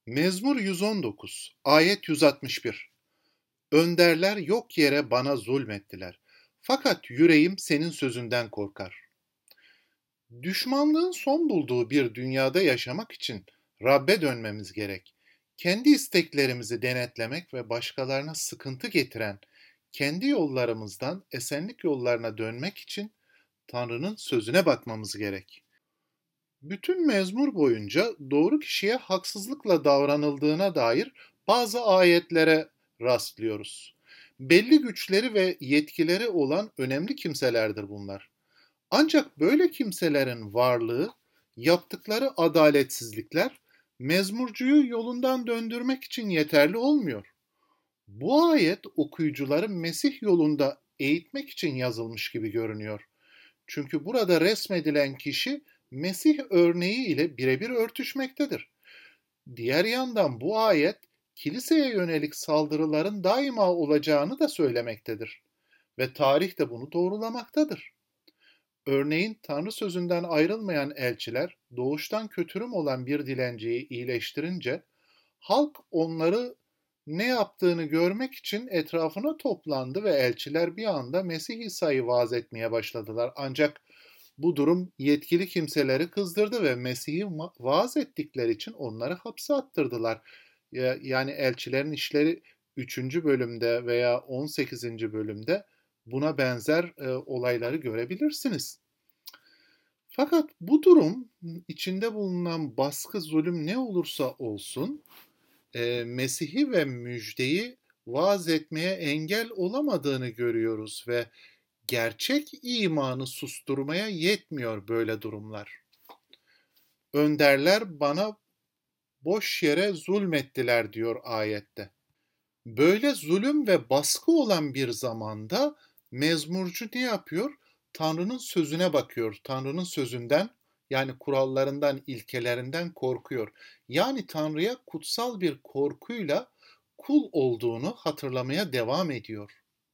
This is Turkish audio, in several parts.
Mezmur 119, ayet 161. Önderler yok yere bana zulmettiler. Fakat yüreğim senin sözünden korkar. Düşmanlığın son bulduğu bir dünyada yaşamak için Rabbe dönmemiz gerek. Kendi isteklerimizi denetlemek ve başkalarına sıkıntı getiren kendi yollarımızdan esenlik yollarına dönmek için Tanrı'nın sözüne bakmamız gerek. Bütün mezmur boyunca doğru kişiye haksızlıkla davranıldığına dair bazı ayetlere rastlıyoruz. Belli güçleri ve yetkileri olan önemli kimselerdir bunlar. Ancak böyle kimselerin varlığı, yaptıkları adaletsizlikler mezmurcuyu yolundan döndürmek için yeterli olmuyor. Bu ayet okuyucuları Mesih yolunda eğitmek için yazılmış gibi görünüyor. Çünkü burada resmedilen kişi Mesih örneği ile birebir örtüşmektedir. Diğer yandan bu ayet kiliseye yönelik saldırıların daima olacağını da söylemektedir ve tarih de bunu doğrulamaktadır. Örneğin Tanrı sözünden ayrılmayan elçiler doğuştan kötürüm olan bir dilenciyi iyileştirince halk onları ne yaptığını görmek için etrafına toplandı ve elçiler bir anda Mesih İsa'yı vaaz etmeye başladılar. Ancak bu durum yetkili kimseleri kızdırdı ve Mesih'i vaaz ettikleri için onları hapse attırdılar. Yani elçilerin işleri 3. bölümde veya 18. bölümde buna benzer olayları görebilirsiniz. Fakat bu durum içinde bulunan baskı, zulüm ne olursa olsun Mesih'i ve müjdeyi vaaz etmeye engel olamadığını görüyoruz ve gerçek imanı susturmaya yetmiyor böyle durumlar. Önderler bana boş yere zulmettiler diyor ayette. Böyle zulüm ve baskı olan bir zamanda mezmurcu ne yapıyor? Tanrı'nın sözüne bakıyor. Tanrı'nın sözünden yani kurallarından, ilkelerinden korkuyor. Yani Tanrı'ya kutsal bir korkuyla kul olduğunu hatırlamaya devam ediyor.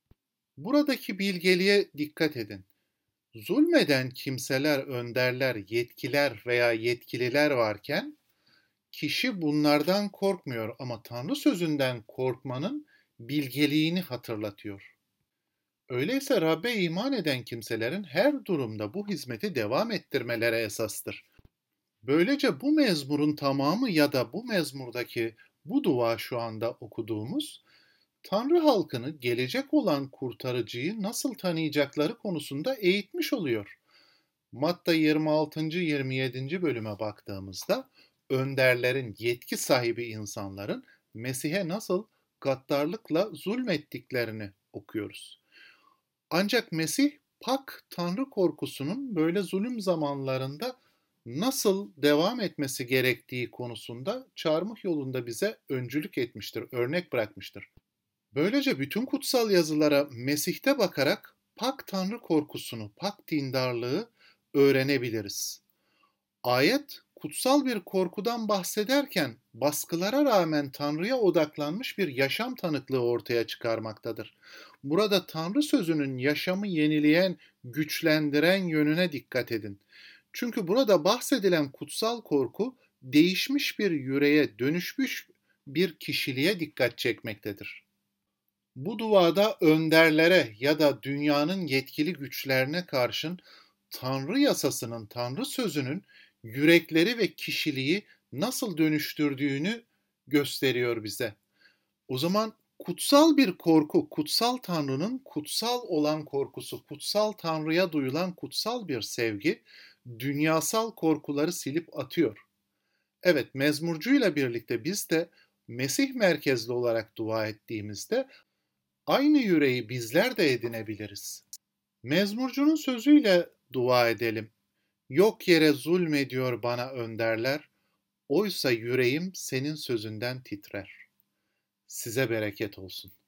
Buradaki bilgeliğe dikkat edin. Zulmeden kimseler, önderler, yetkiler veya yetkililer varken kişi bunlardan korkmuyor ama Tanrı sözünden korkmanın bilgeliğini hatırlatıyor. Öyleyse Rabbe iman eden kimselerin her durumda bu hizmeti devam ettirmeleri esastır. Böylece bu mezmurun tamamı ya da bu mezmurdaki bu dua şu anda okuduğumuz Tanrı halkını gelecek olan kurtarıcıyı nasıl tanıyacakları konusunda eğitmiş oluyor. Matta 26. 27. bölüme baktığımızda önderlerin, yetki sahibi insanların Mesih'e nasıl gaddarlıkla zulmettiklerini okuyoruz. Ancak Mesih pak Tanrı korkusunun böyle zulüm zamanlarında nasıl devam etmesi gerektiği konusunda çarmıh yolunda bize öncülük etmiştir, örnek bırakmıştır. Böylece bütün kutsal yazılara Mesih'te bakarak pak Tanrı korkusunu, pak dindarlığı öğrenebiliriz. Ayet kutsal bir korkudan bahsederken baskılara rağmen Tanrı'ya odaklanmış bir yaşam tanıklığı ortaya çıkarmaktadır. Burada Tanrı sözünün yaşamı yenileyen, güçlendiren yönüne dikkat edin. Çünkü burada bahsedilen kutsal korku değişmiş bir yüreğe, dönüşmüş bir kişiliğe dikkat çekmektedir. Bu duada önderlere ya da dünyanın yetkili güçlerine karşın Tanrı yasasının, Tanrı sözünün yürekleri ve kişiliği nasıl dönüştürdüğünü gösteriyor bize. O zaman kutsal bir korku, kutsal Tanrı'nın kutsal olan korkusu, kutsal Tanrı'ya duyulan kutsal bir sevgi dünyasal korkuları silip atıyor. Evet, mezmurcuyla birlikte biz de Mesih merkezli olarak dua ettiğimizde aynı yüreği bizler de edinebiliriz. Mezmurcunun sözüyle dua edelim. Yok yere zulmediyor bana önderler, oysa yüreğim senin sözünden titrer. Size bereket olsun.